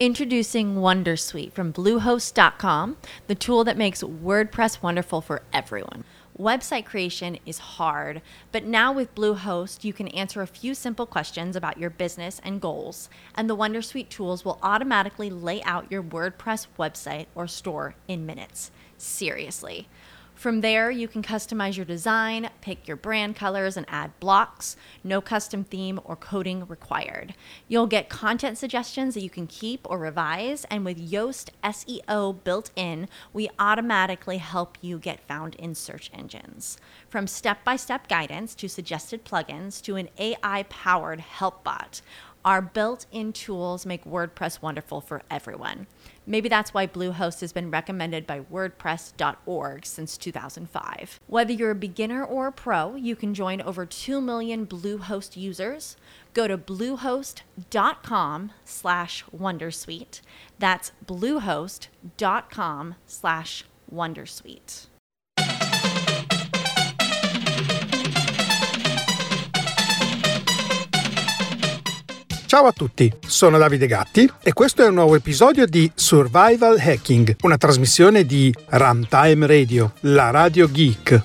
Introducing Wondersuite from Bluehost.com, the tool that makes WordPress wonderful for everyone. Website creation is hard, but now with Bluehost, you can answer a few simple questions about your business and goals, and the Wondersuite tools will automatically lay out your WordPress website or store in minutes. Seriously. From there, you can customize your design, pick your brand colors, and add blocks. No custom theme or coding required. You'll get content suggestions that you can keep or revise, and with Yoast SEO built in, we automatically help you get found in search engines. From step-by-step guidance to suggested plugins to an AI-powered help bot, our built-in tools make WordPress wonderful for everyone. Maybe that's why Bluehost has been recommended by WordPress.org since 2005. Whether you're a beginner or a pro, you can join over 2 million Bluehost users. Go to bluehost.com/wondersuite. That's bluehost.com/wondersuite. Ciao a tutti, sono Davide Gatti e questo è un nuovo episodio di Survival Hacking, una trasmissione di Runtime Radio, la radio geek.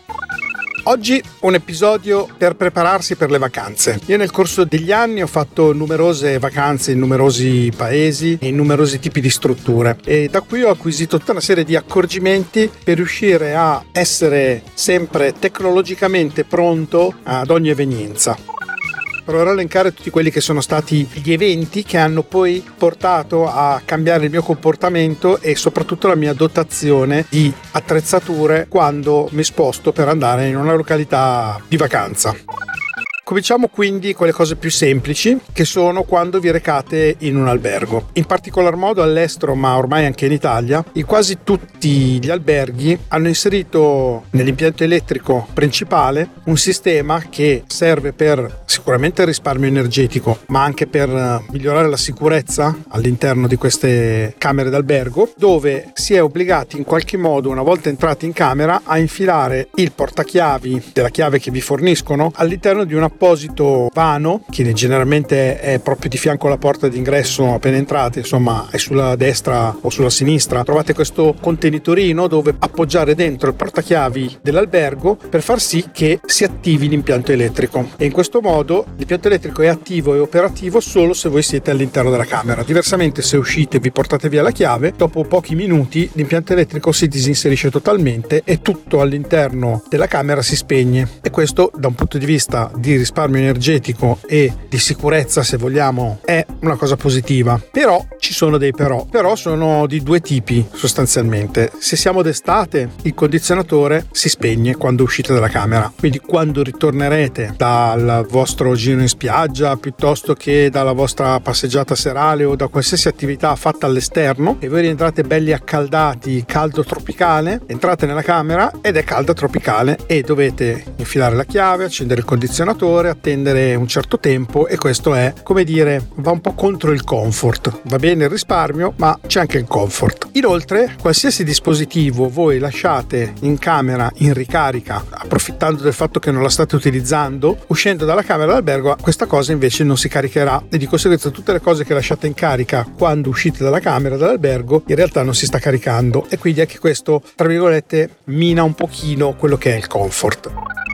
Oggi un episodio per prepararsi per le vacanze. Io nel corso degli anni ho fatto numerose vacanze in numerosi paesi e in numerosi tipi di strutture e da qui ho acquisito tutta una serie di accorgimenti per riuscire a essere sempre tecnologicamente pronto ad ogni evenienza. Proverò a elencare tutti quelli che sono stati gli eventi che hanno poi portato a cambiare il mio comportamento e soprattutto la mia dotazione di attrezzature quando mi sposto per andare in una località di vacanza. Cominciamo quindi con le cose più semplici, che sono quando vi recate in un albergo. In particolar modo all'estero, ma ormai anche in Italia, in quasi tutti gli alberghi hanno inserito nell'impianto elettrico principale un sistema che serve per sicuramente il risparmio energetico, ma anche per migliorare la sicurezza all'interno di queste camere d'albergo, dove si è obbligati in qualche modo, una volta entrati in camera, a infilare il portachiavi della chiave che vi forniscono all'interno di un apposito vano che generalmente è proprio di fianco alla porta d'ingresso appena entrate, insomma è sulla destra o sulla sinistra. Trovate questo contenitorino dove appoggiare dentro il portachiavi dell'albergo per far sì che si attivi l'impianto elettrico, e in questo modo l'impianto elettrico è attivo e operativo solo se voi siete all'interno della camera. Diversamente, se uscite e vi portate via la chiave, dopo pochi minuti l'impianto elettrico si disinserisce totalmente e tutto all'interno della camera si spegne, e questo da un punto di vista di risparmio energetico e di sicurezza, se vogliamo, è una cosa positiva. Però ci sono dei però sono di due tipi sostanzialmente. Se siamo d'estate, il condizionatore si spegne quando uscite dalla camera, quindi quando ritornerete dal vostro giro in spiaggia piuttosto che dalla vostra passeggiata serale o da qualsiasi attività fatta all'esterno e voi rientrate belli accaldati, caldo tropicale, entrate nella camera ed è calda tropicale e dovete infilare la chiave, accendere il condizionatore, attendere un certo tempo, e questo è, come dire, va un po' contro il comfort. Va bene il risparmio, ma c'è anche il comfort. Inoltre, qualsiasi dispositivo voi lasciate in camera in ricarica, approfittando del fatto che non la state utilizzando, uscendo dalla camera d'albergo, questa cosa invece non si caricherà, e di conseguenza tutte le cose che lasciate in carica quando uscite dalla camera dall'albergo in realtà non si sta caricando, e quindi anche questo, tra virgolette, mina un pochino quello che è il comfort.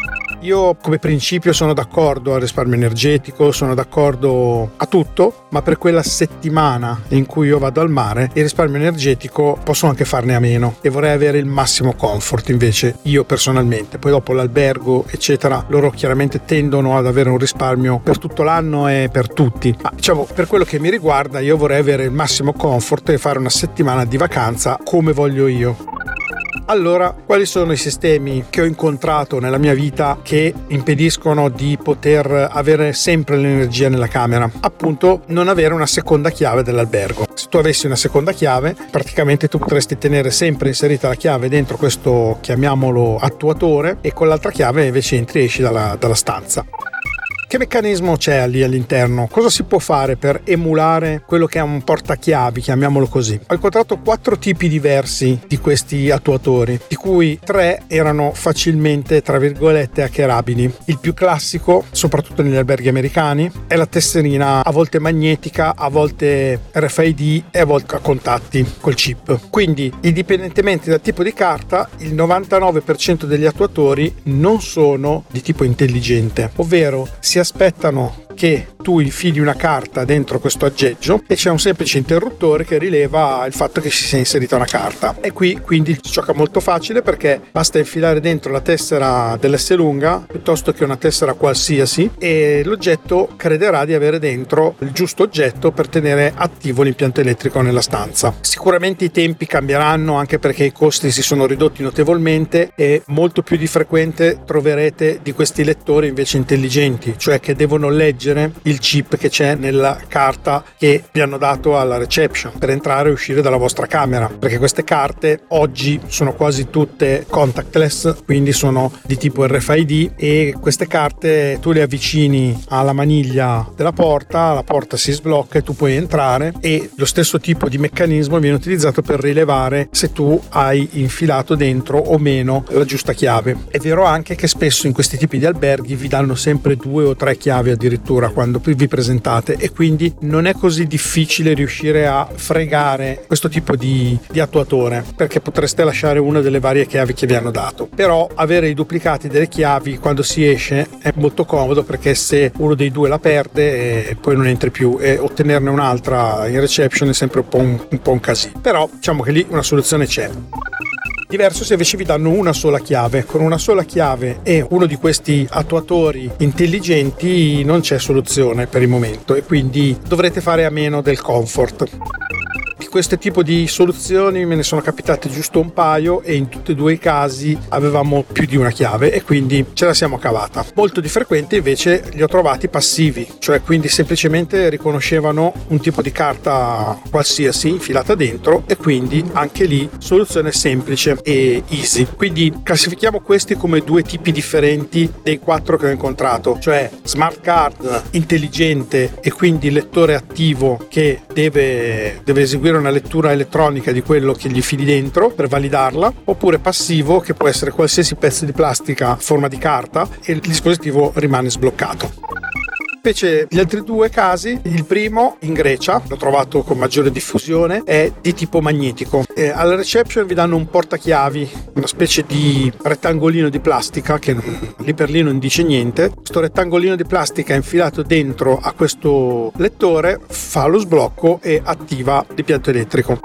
Io come principio sono d'accordo al risparmio energetico, sono d'accordo a tutto, ma per quella settimana in cui io vado al mare il risparmio energetico posso anche farne a meno e vorrei avere il massimo comfort invece io personalmente. Poi dopo l'albergo eccetera, loro chiaramente tendono ad avere un risparmio per tutto l'anno e per tutti, ma diciamo per quello che mi riguarda io vorrei avere il massimo comfort e fare una settimana di vacanza come voglio io. Allora, quali sono i sistemi che ho incontrato nella mia vita che impediscono di poter avere sempre l'energia nella camera? Appunto, non avere una seconda chiave dell'albergo. Se tu avessi una seconda chiave, praticamente tu potresti tenere sempre inserita la chiave dentro questo, chiamiamolo, attuatore, e con l'altra chiave invece entri e esci dalla stanza. Che meccanismo c'è lì all'interno? Cosa si può fare per emulare quello che è un portachiavi, chiamiamolo così? Ho incontrato 4 tipi diversi di questi attuatori, di cui 3 erano facilmente, tra virgolette, hackerabili. Il più classico, soprattutto negli alberghi americani, è la tesserina a volte magnetica, a volte RFID e a volte a contatti col chip. Quindi, indipendentemente dal tipo di carta, il 99% degli attuatori non sono di tipo intelligente, ovvero si aspettano che tu infili una carta dentro questo aggeggio e c'è un semplice interruttore che rileva il fatto che si sia inserita una carta, e qui quindi si gioca molto facile, perché basta infilare dentro la tessera dell'S lunga piuttosto che una tessera qualsiasi e l'oggetto crederà di avere dentro il giusto oggetto per tenere attivo l'impianto elettrico nella stanza. Sicuramente i tempi cambieranno, anche perché i costi si sono ridotti notevolmente e molto più di frequente troverete di questi lettori invece intelligenti, cioè che devono leggere il chip che c'è nella carta che vi hanno dato alla reception per entrare e uscire dalla vostra camera, perché queste carte oggi sono quasi tutte contactless, quindi sono di tipo RFID, e queste carte tu le avvicini alla maniglia della porta, la porta si sblocca e tu puoi entrare, e lo stesso tipo di meccanismo viene utilizzato per rilevare se tu hai infilato dentro o meno la giusta chiave. È vero anche che spesso in questi tipi di alberghi vi danno sempre 2 o 3 chiavi addirittura quando vi presentate, e quindi non è così difficile riuscire a fregare questo tipo di attuatore, perché potreste lasciare una delle varie chiavi che vi hanno dato. Però avere i duplicati delle chiavi quando si esce è molto comodo, perché se uno dei 2 la perde e poi non entri più, e ottenerne un'altra in reception è sempre un po' un casino. Però diciamo che lì una soluzione c'è. Diverso se invece vi danno una sola chiave. Con una sola chiave e uno di questi attuatori intelligenti non c'è soluzione per il momento, e quindi dovrete fare a meno del comfort. Di questo tipo di soluzioni me ne sono capitate giusto un paio, e in tutti e 2 i casi avevamo più di una chiave e quindi ce la siamo cavata. Molto di frequente invece li ho trovati passivi, cioè quindi semplicemente riconoscevano un tipo di carta qualsiasi infilata dentro, e quindi anche lì soluzione semplice e easy. Quindi classifichiamo questi come 2 tipi differenti dei 4 che ho incontrato, cioè smart card intelligente e quindi lettore attivo che deve eseguire una lettura elettronica di quello che gli fili dentro per validarla, oppure passivo che può essere qualsiasi pezzo di plastica a forma di carta e il dispositivo rimane sbloccato. Invece gli altri 2 casi, il primo in Grecia, l'ho trovato con maggiore diffusione, è di tipo magnetico. Alla reception vi danno un portachiavi, una specie di rettangolino di plastica che lì per lì non dice niente. Questo rettangolino di plastica infilato dentro a questo lettore fa lo sblocco e attiva l'impianto elettrico.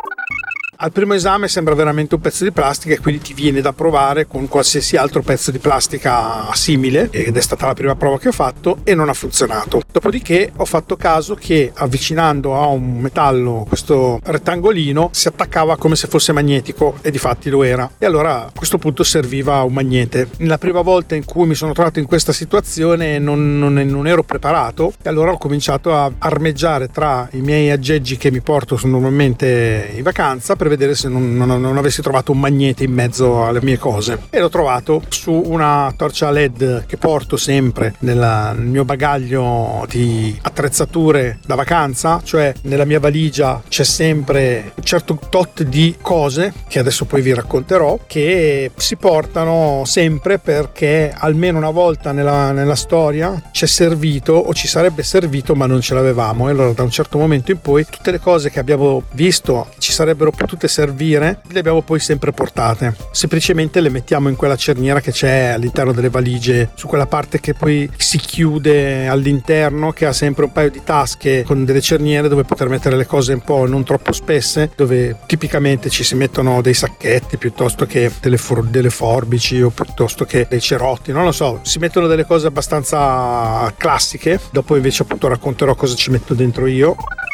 Al primo esame sembra veramente un pezzo di plastica, e quindi ti viene da provare con qualsiasi altro pezzo di plastica simile, ed è stata la prima prova che ho fatto e non ha funzionato. Dopodiché ho fatto caso che avvicinando a un metallo questo rettangolino si attaccava come se fosse magnetico, e difatti lo era, e allora a questo punto serviva un magnete. La prima volta in cui mi sono trovato in questa situazione non ero preparato, e allora ho cominciato a armeggiare tra i miei aggeggi che mi porto normalmente in vacanza per vedere se non avessi trovato un magnete in mezzo alle mie cose, e l'ho trovato su una torcia LED che porto sempre nel mio bagaglio di attrezzature da vacanza, cioè nella mia valigia c'è sempre un certo tot di cose che adesso poi vi racconterò, che si portano sempre perché almeno una volta nella storia ci è servito o ci sarebbe servito ma non ce l'avevamo, e allora da un certo momento in poi tutte le cose che abbiamo visto che ci sarebbero potute servire le abbiamo poi sempre portate, semplicemente le mettiamo in quella cerniera che c'è all'interno delle valigie, su quella parte che poi si chiude all'interno, che ha sempre un paio di tasche con delle cerniere dove poter mettere le cose un po' non troppo spesse, dove tipicamente ci si mettono dei sacchetti piuttosto che delle forbici o piuttosto che dei cerotti, non lo so, si mettono delle cose abbastanza classiche. Dopo invece appunto racconterò cosa ci metto dentro io.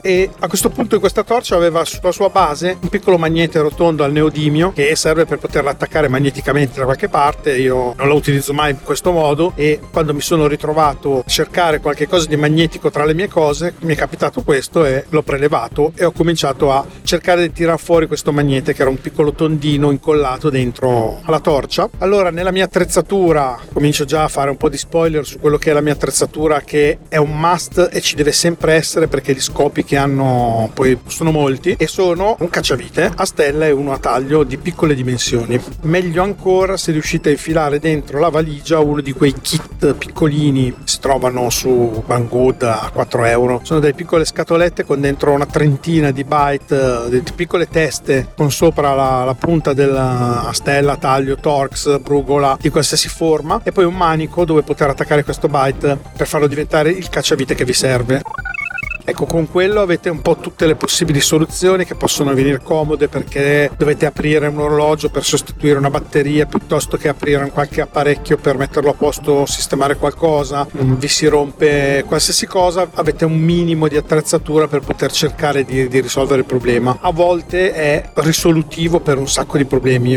e a questo punto questa torcia aveva sulla sua base un piccolo magnete rotondo al neodimio che serve per poterla attaccare magneticamente da qualche parte. Io non la utilizzo mai in questo modo e quando mi sono ritrovato a cercare qualche cosa di magnetico tra le mie cose mi è capitato questo e l'ho prelevato e ho cominciato a cercare di tirar fuori questo magnete che era un piccolo tondino incollato dentro alla torcia. Allora nella mia attrezzatura, comincio già a fare un po' di spoiler su quello che è la mia attrezzatura, che è un must e ci deve sempre essere perché gli scopi che hanno poi sono molti, e sono un cacciavite a stella e uno a taglio di piccole dimensioni. Meglio ancora se riuscite a infilare dentro la valigia uno di quei kit piccolini che si trovano su Banggood a 4 euro. Sono delle piccole scatolette con dentro una trentina di byte, di piccole teste con sopra la punta della stella, taglio, Torx, brugola di qualsiasi forma, e poi un manico dove poter attaccare questo byte per farlo diventare il cacciavite che vi serve. Ecco, con quello avete un po' tutte le possibili soluzioni che possono venire comode, perché dovete aprire un orologio per sostituire una batteria piuttosto che aprire un qualche apparecchio per metterlo a posto, sistemare qualcosa, vi si rompe qualsiasi cosa, avete un minimo di attrezzatura per poter cercare di risolvere il problema. A volte è risolutivo per un sacco di problemi.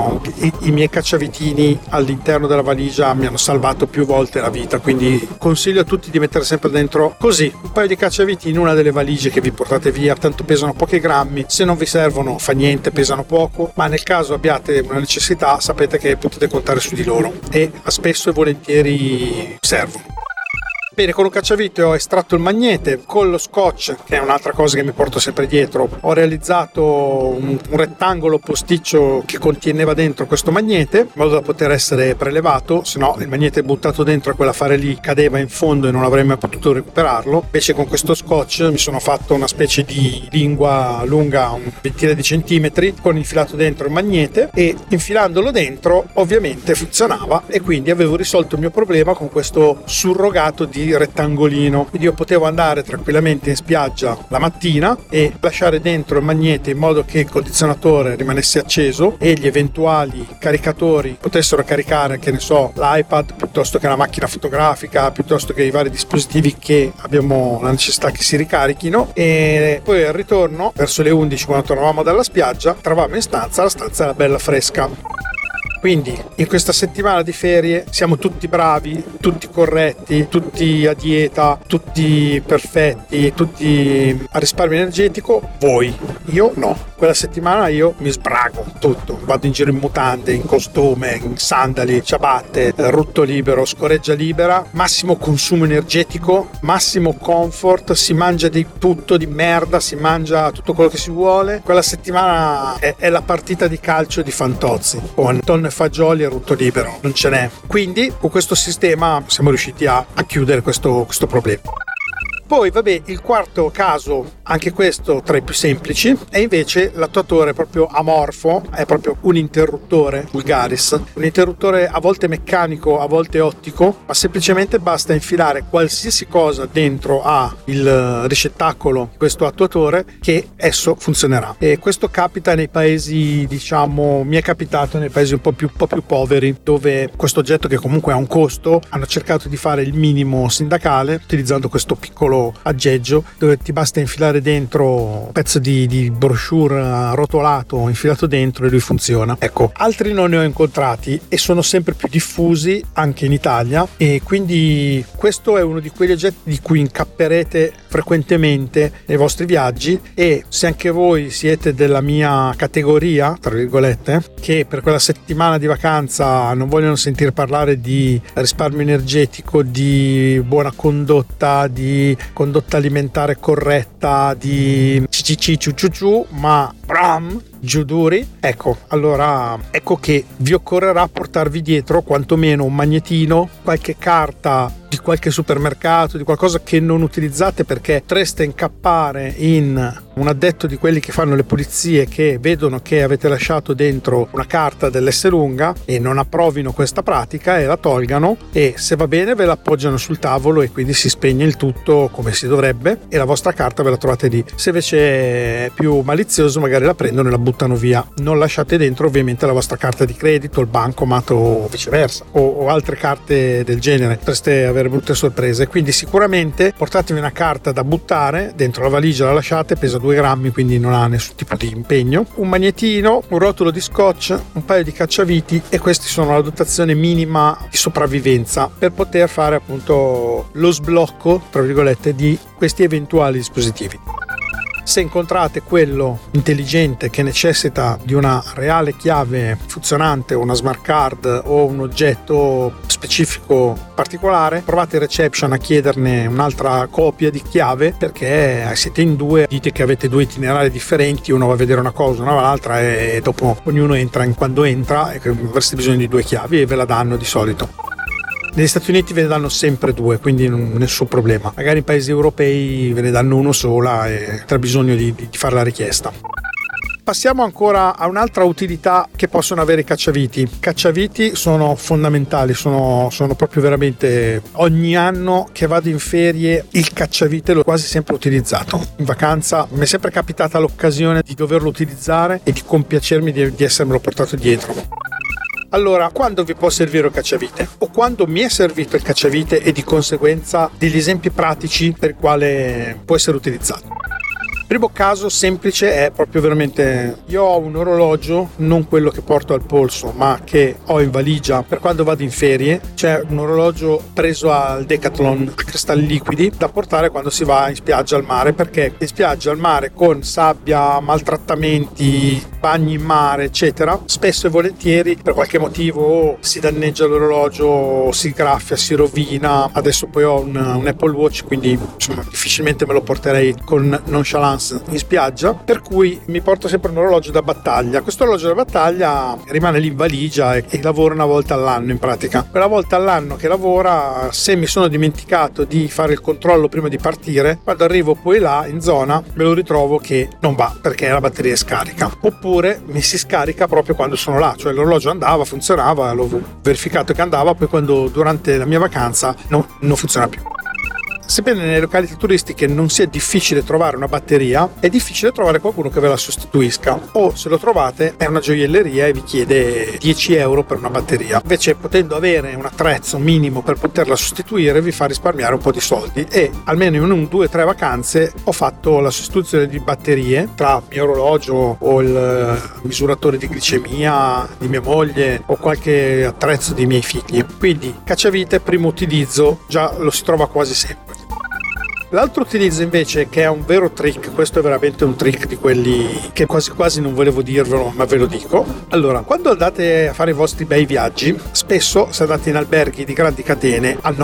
I miei cacciavitini all'interno della valigia mi hanno salvato più volte la vita, quindi consiglio a tutti di mettere sempre dentro così un paio di cacciaviti in una delle valigie che vi portate via, tanto pesano pochi grammi, se non vi servono fa niente, pesano poco, ma nel caso abbiate una necessità sapete che potete contare su di loro e spesso e volentieri servono. Bene, con un cacciavite ho estratto il magnete, con lo scotch, che è un'altra cosa che mi porto sempre dietro, ho realizzato un rettangolo posticcio che conteneva dentro questo magnete, in modo da poter essere prelevato, se no il magnete buttato dentro a quell'affare lì cadeva in fondo e non avrei mai potuto recuperarlo. Invece con questo scotch mi sono fatto una specie di lingua lunga un ventina di centimetri, con infilato dentro il magnete, e infilandolo dentro ovviamente funzionava, e quindi avevo risolto il mio problema con questo surrogato di rettangolino. Quindi io potevo andare tranquillamente in spiaggia la mattina e lasciare dentro il magnete in modo che il condizionatore rimanesse acceso e gli eventuali caricatori potessero caricare, che ne so, l'iPad piuttosto che la macchina fotografica, piuttosto che i vari dispositivi che abbiamo la necessità che si ricarichino. E poi al ritorno verso le 11, quando tornavamo dalla spiaggia, trovavamo in stanza, la stanza era bella fresca. Quindi in questa settimana di ferie siamo tutti bravi, tutti corretti, tutti a dieta, tutti perfetti, tutti a risparmio energetico. Voi, io no. Quella settimana io mi sbrago tutto, vado in giro in mutande, in costume, in sandali, ciabatte, rutto libero, scoreggia libera, massimo consumo energetico, massimo comfort, si mangia di tutto, di merda, si mangia tutto quello che si vuole. Quella settimana è la partita di calcio di Fantozzi, con tonno e fagioli e rutto libero, non ce n'è. Quindi con questo sistema siamo riusciti a chiudere questo problema. Poi vabbè, il quarto caso, anche questo tra i più semplici, è invece l'attuatore proprio amorfo, è proprio un interruttore vulgaris, un interruttore a volte meccanico, a volte ottico, ma semplicemente basta infilare qualsiasi cosa dentro il ricettacolo di questo attuatore che esso funzionerà. E questo capita nei paesi, diciamo, mi è capitato nei paesi un po' più poveri, dove questo oggetto, che comunque ha un costo, hanno cercato di fare il minimo sindacale utilizzando questo piccolo aggeggio dove ti basta infilare dentro un pezzo di brochure rotolato infilato dentro e lui funziona. Ecco, altri non ne ho incontrati e sono sempre più diffusi anche in Italia, e quindi questo è uno di quegli oggetti di cui incapperete frequentemente nei vostri viaggi. E se anche voi siete della mia categoria, tra virgolette, che per quella settimana di vacanza non vogliono sentir parlare di risparmio energetico, di buona condotta, di condotta alimentare corretta, di ciu, ma giù duri, ecco, allora ecco che vi occorrerà portarvi dietro quantomeno un magnetino, qualche carta di qualche supermercato, di qualcosa che non utilizzate, perché potreste incappare in un addetto di quelli che fanno le pulizie che vedono che avete lasciato dentro una carta dell'S lunga e non approvino questa pratica e la tolgano, e se va bene ve la appoggiano sul tavolo e quindi si spegne il tutto come si dovrebbe e la vostra carta ve la trovate lì. Se invece è più malizioso magari la prendono e la buttano via. Non lasciate dentro ovviamente la vostra carta di credito, il bancomat o viceversa o altre carte del genere, potreste avere brutte sorprese. Quindi sicuramente portatevi una carta da buttare dentro la valigia, la lasciate, pesa 2 grammi quindi non ha nessun tipo di impegno, un magnetino, un rotolo di scotch, un paio di cacciaviti, e questi sono la dotazione minima di sopravvivenza per poter fare appunto lo sblocco tra virgolette di questi eventuali dispositivi. Se incontrate quello intelligente che necessita di una reale chiave funzionante, una smart card o un oggetto specifico particolare, provate in reception a chiederne un'altra copia di chiave, perché siete in 2, dite che avete 2 itinerari differenti, uno va a vedere una cosa, uno va l'altra, e dopo ognuno entra in quando entra, e avreste bisogno di 2 chiavi e ve la danno di solito. Negli Stati Uniti ve ne danno sempre 2, quindi nessun problema. Magari in paesi europei ve ne danno 1 sola e c'è bisogno di fare la richiesta. Passiamo ancora a un'altra utilità che possono avere i cacciaviti. I cacciaviti sono fondamentali, sono proprio veramente, ogni anno che vado in ferie il cacciavite l'ho quasi sempre utilizzato. In vacanza mi è sempre capitata l'occasione di doverlo utilizzare e di compiacermi di essermelo portato dietro. Allora, quando vi può servire il cacciavite? O quando mi è servito il cacciavite e di conseguenza degli esempi pratici per il quale può essere utilizzato. Primo caso semplice è proprio veramente, io ho un orologio, non quello che porto al polso ma che ho in valigia per quando vado in ferie. C'è un orologio preso al Decathlon a cristalli liquidi da portare quando si va in spiaggia al mare, perché in spiaggia al mare con sabbia, maltrattamenti, bagni in mare eccetera, spesso e volentieri per qualche motivo si danneggia l'orologio, si graffia, si rovina. Adesso poi ho un Apple Watch, quindi insomma difficilmente me lo porterei con nonchalance in spiaggia, per cui mi porto sempre un orologio da battaglia. Questo orologio da battaglia rimane lì in valigia e lavora una volta all'anno in pratica. Quella volta all'anno che lavora, se mi sono dimenticato di fare il controllo prima di partire, quando arrivo poi là in zona me lo ritrovo che non va perché la batteria è scarica, oppure mi si scarica proprio quando sono là, cioè l'orologio andava, funzionava, l'ho verificato che andava, poi quando durante la mia vacanza non funziona più. Sebbene nelle località turistiche non sia difficile trovare una batteria, è difficile trovare qualcuno che ve la sostituisca, o se lo trovate è una gioielleria e vi chiede 10 euro per una batteria. Invece, potendo avere un attrezzo minimo per poterla sostituire, vi fa risparmiare un po' di soldi, e almeno in 2 o 3 vacanze ho fatto la sostituzione di batterie tra il mio orologio o il misuratore di glicemia di mia moglie o qualche attrezzo dei miei figli. Quindi cacciavite, primo utilizzo, già lo si trova quasi sempre. L'altro utilizzo invece, che è un vero trick, questo è veramente un trick di quelli che quasi quasi non volevo dirvelo ma ve lo dico. Allora, quando andate a fare i vostri bei viaggi, spesso se andate in alberghi di grandi catene, al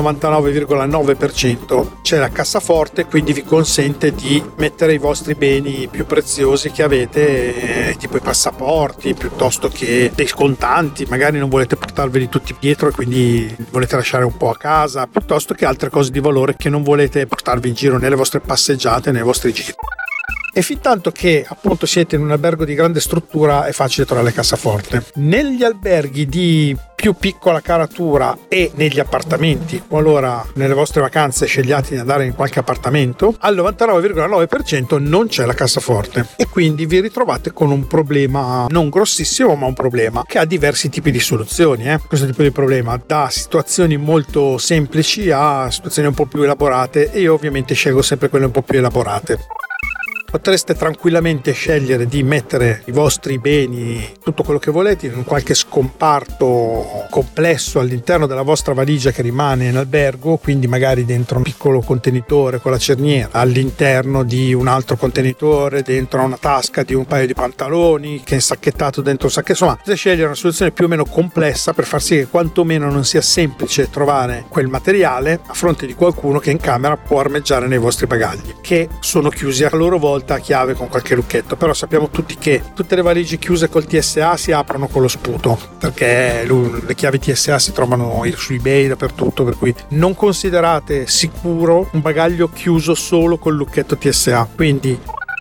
99,9% c'è la cassaforte, quindi vi consente di mettere i vostri beni più preziosi che avete, tipo i passaporti, piuttosto che dei contanti, magari non volete portarveli tutti dietro e quindi volete lasciare un po' a casa, piuttosto che altre cose di valore che non volete portarvi in giro nelle vostre passeggiate, nei vostri giri. E fin tanto che appunto siete in un albergo di grande struttura è facile trovare le cassaforte. Negli alberghi di più piccola caratura e negli appartamenti, qualora nelle vostre vacanze scegliate di andare in qualche appartamento, al 99,9% non c'è la cassaforte e quindi vi ritrovate con un problema non grossissimo ma un problema che ha diversi tipi di soluzioni. Questo tipo di problema, da situazioni molto semplici a situazioni un po' più elaborate, e io ovviamente scelgo sempre quelle un po' più elaborate. Potreste tranquillamente scegliere di mettere i vostri beni, tutto quello che volete, in qualche scomparto complesso all'interno della vostra valigia che rimane in albergo, quindi magari dentro un piccolo contenitore con la cerniera, all'interno di un altro contenitore, dentro una tasca di un paio di pantaloni che è insacchettato dentro un sacchetto. Insomma, potete scegliere una soluzione più o meno complessa per far sì che quantomeno non sia semplice trovare quel materiale a fronte di qualcuno che in camera può armeggiare nei vostri bagagli, che sono chiusi a loro volta a chiave con qualche lucchetto. Però sappiamo tutti che tutte le valigie chiuse col TSA si aprono con lo sputo, perché le chiavi TSA si trovano su eBay dappertutto, per cui non considerate sicuro un bagaglio chiuso solo col lucchetto TSA. Quindi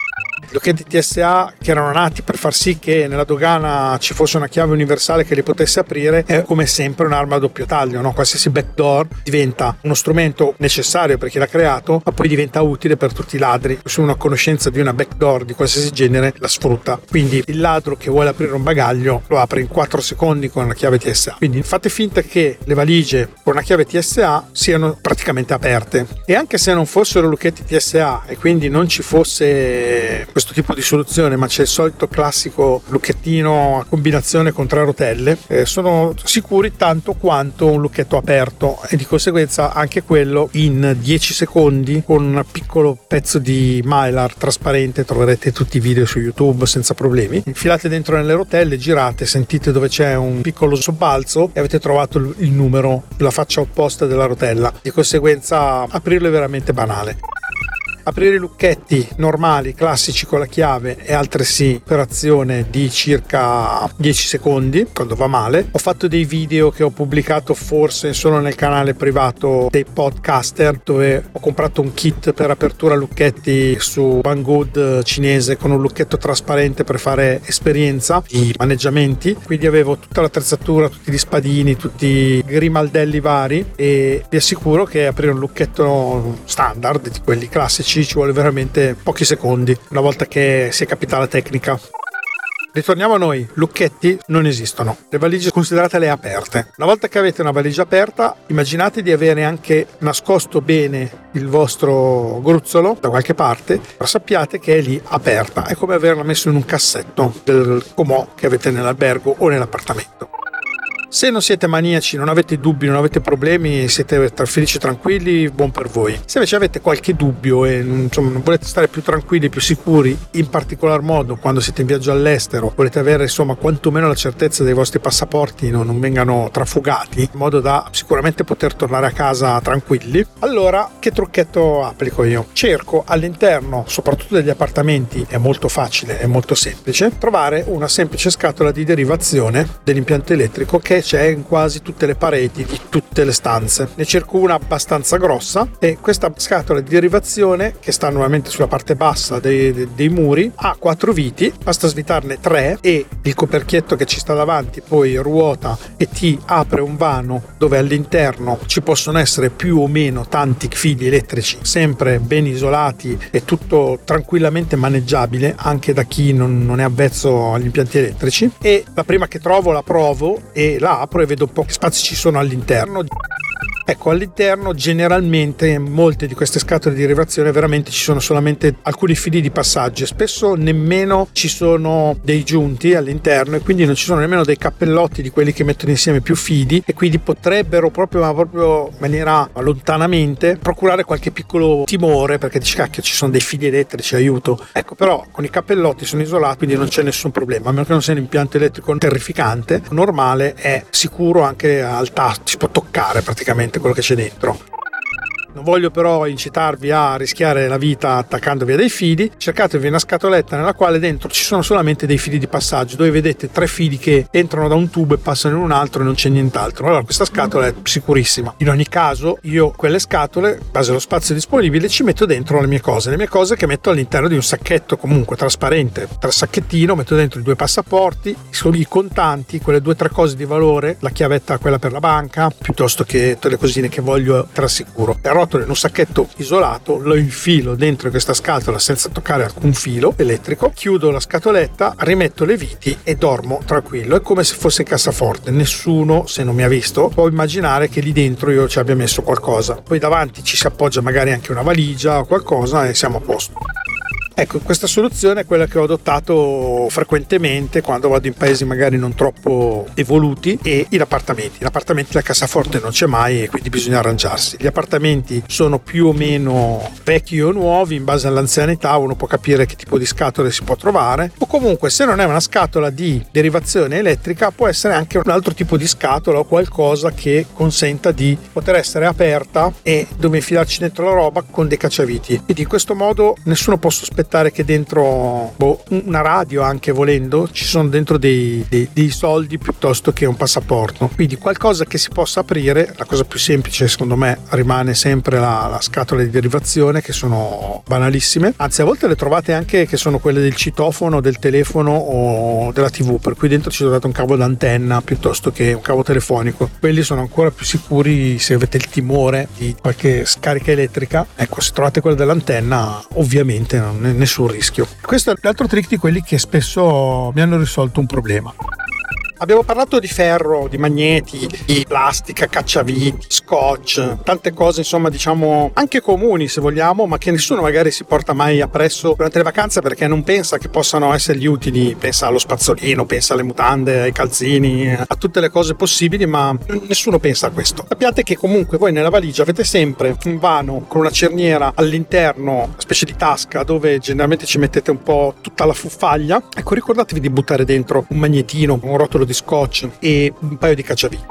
lucchetti TSA che erano nati per far sì che nella dogana ci fosse una chiave universale che li potesse aprire, è come sempre un'arma a doppio taglio, no? Qualsiasi backdoor diventa uno strumento necessario per chi l'ha creato, ma poi diventa utile per tutti i ladri. Se uno ha conoscenza di una backdoor di qualsiasi genere, la sfrutta. Quindi il ladro che vuole aprire un bagaglio lo apre in 4 secondi con una chiave TSA. Quindi fate finta che le valigie con una chiave TSA siano praticamente aperte, e anche se non fossero lucchetti TSA e quindi non ci fosse questo tipo di soluzione, ma c'è il solito classico lucchettino a combinazione con 3 rotelle, sono sicuri tanto quanto un lucchetto aperto, e di conseguenza anche quello in 10 secondi con un piccolo pezzo di mylar trasparente. Troverete tutti i video su YouTube senza problemi. Infilate dentro nelle rotelle, girate, sentite dove c'è un piccolo sobbalzo e avete trovato il numero sulla faccia opposta della rotella. Di conseguenza aprirlo è veramente banale. Aprire i lucchetti normali, classici con la chiave, è altresì operazione di circa 10 secondi quando va male. Ho fatto dei video che ho pubblicato forse solo nel canale privato dei podcaster, dove ho comprato un kit per apertura lucchetti su Banggood cinese con un lucchetto trasparente per fare esperienza di maneggiamenti. Quindi avevo tutta l'attrezzatura, tutti gli spadini, tutti i grimaldelli vari, e vi assicuro che aprire un lucchetto standard di quelli classici ci vuole veramente pochi secondi una volta che si è capita la tecnica. Ritorniamo a noi. Lucchetti non esistono, le valigie consideratele aperte. Una volta che avete una valigia aperta, immaginate di avere anche nascosto bene il vostro gruzzolo da qualche parte, ma sappiate che è lì aperta, è come averla messo in un cassetto del comò che avete nell'albergo o nell'appartamento. Se non siete maniaci, non avete dubbi, non avete problemi, siete felici e tranquilli, buon per voi. Se invece avete qualche dubbio e insomma, non volete stare più tranquilli, più sicuri, in particolar modo quando siete in viaggio all'estero, volete avere insomma quantomeno la certezza dei vostri passaporti non vengano trafugati, in modo da sicuramente poter tornare a casa tranquilli, allora che trucchetto applico io? Cerco all'interno, soprattutto degli appartamenti, è molto facile, è molto semplice, trovare una semplice scatola di derivazione dell'impianto elettrico che c'è in quasi tutte le pareti di tutte le stanze. Ne cerco una abbastanza grossa, e questa scatola di derivazione, che sta nuovamente sulla parte bassa dei muri, ha 4 viti, basta svitarne 3 e il coperchietto che ci sta davanti poi ruota e ti apre un vano dove all'interno ci possono essere più o meno tanti fili elettrici, sempre ben isolati e tutto tranquillamente maneggiabile anche da chi non è avvezzo agli impianti elettrici. E la prima che trovo la provo e la apro e vedo un po' che spazi ci sono all'interno. Ecco, all'interno generalmente molte di queste scatole di derivazione veramente ci sono solamente alcuni fili di passaggio, spesso nemmeno ci sono dei giunti all'interno, e quindi non ci sono nemmeno dei cappellotti di quelli che mettono insieme più fili, e quindi potrebbero proprio in maniera lontanamente procurare qualche piccolo timore, perché dici cacchio, ci sono dei fili elettrici, aiuto. Ecco, però con i cappellotti sono isolati, quindi non c'è nessun problema, a meno che non sia un impianto elettrico terrificante. Normale, è sicuro anche al tasto, si può toccare praticamente quello che c'è dentro. Non voglio però incitarvi a rischiare la vita attaccando via dei fili. Cercatevi una scatoletta nella quale dentro ci sono solamente dei fili di passaggio, dove vedete 3 fili che entrano da un tubo e passano in un altro e non c'è nient'altro. Allora questa scatola è sicurissima. In ogni caso io quelle scatole, in base allo spazio disponibile, ci metto dentro le mie cose che metto all'interno di un sacchetto comunque trasparente. Tra sacchettino metto dentro i 2 passaporti, i contanti, quelle 2 o 3 cose di valore, la chiavetta quella per la banca, piuttosto che tutte le cosine che voglio trasicuro. In un sacchetto isolato, lo infilo dentro questa scatola senza toccare alcun filo elettrico, chiudo la scatoletta, rimetto le viti e dormo tranquillo. È come se fosse in cassaforte. Nessuno, se non mi ha visto, può immaginare che lì dentro io ci abbia messo qualcosa. Poi davanti ci si appoggia magari anche una valigia o qualcosa e siamo a posto. Ecco, questa soluzione è quella che ho adottato frequentemente quando vado in paesi magari non troppo evoluti, e in appartamenti. In appartamenti la cassaforte non c'è mai e quindi bisogna arrangiarsi. Gli appartamenti sono più o meno vecchi o nuovi, in base all'anzianità uno può capire che tipo di scatole si può trovare, o comunque se non è una scatola di derivazione elettrica può essere anche un altro tipo di scatola o qualcosa che consenta di poter essere aperta e dove infilarci dentro la roba con dei cacciaviti. Quindi in questo modo nessuno può sospettare accettare che dentro una radio, anche volendo, ci sono dentro dei soldi piuttosto che un passaporto. Quindi qualcosa che si possa aprire. La cosa più semplice secondo me rimane sempre la scatola di derivazione, che sono banalissime, anzi a volte le trovate anche che sono quelle del citofono, del telefono o della TV, per cui dentro ci trovate un cavo d'antenna piuttosto che un cavo telefonico. Quelli sono ancora più sicuri se avete il timore di qualche scarica elettrica. Ecco, se trovate quella dell'antenna ovviamente non è nessun rischio. Questo è l'altro trick di quelli che spesso mi hanno risolto un problema. Abbiamo parlato di ferro, di magneti, di plastica, cacciaviti, scotch, tante cose insomma diciamo anche comuni se vogliamo, ma che nessuno magari si porta mai appresso durante le vacanze perché non pensa che possano essergli utili. Pensa allo spazzolino, pensa alle mutande, ai calzini, a tutte le cose possibili, ma nessuno pensa a questo. Sappiate che comunque voi nella valigia avete sempre un vano con una cerniera all'interno, una specie di tasca dove generalmente ci mettete un po' tutta la fuffaglia. Ecco, ricordatevi di buttare dentro un magnetino, un rotolo di scotch e un paio di cacciaviti.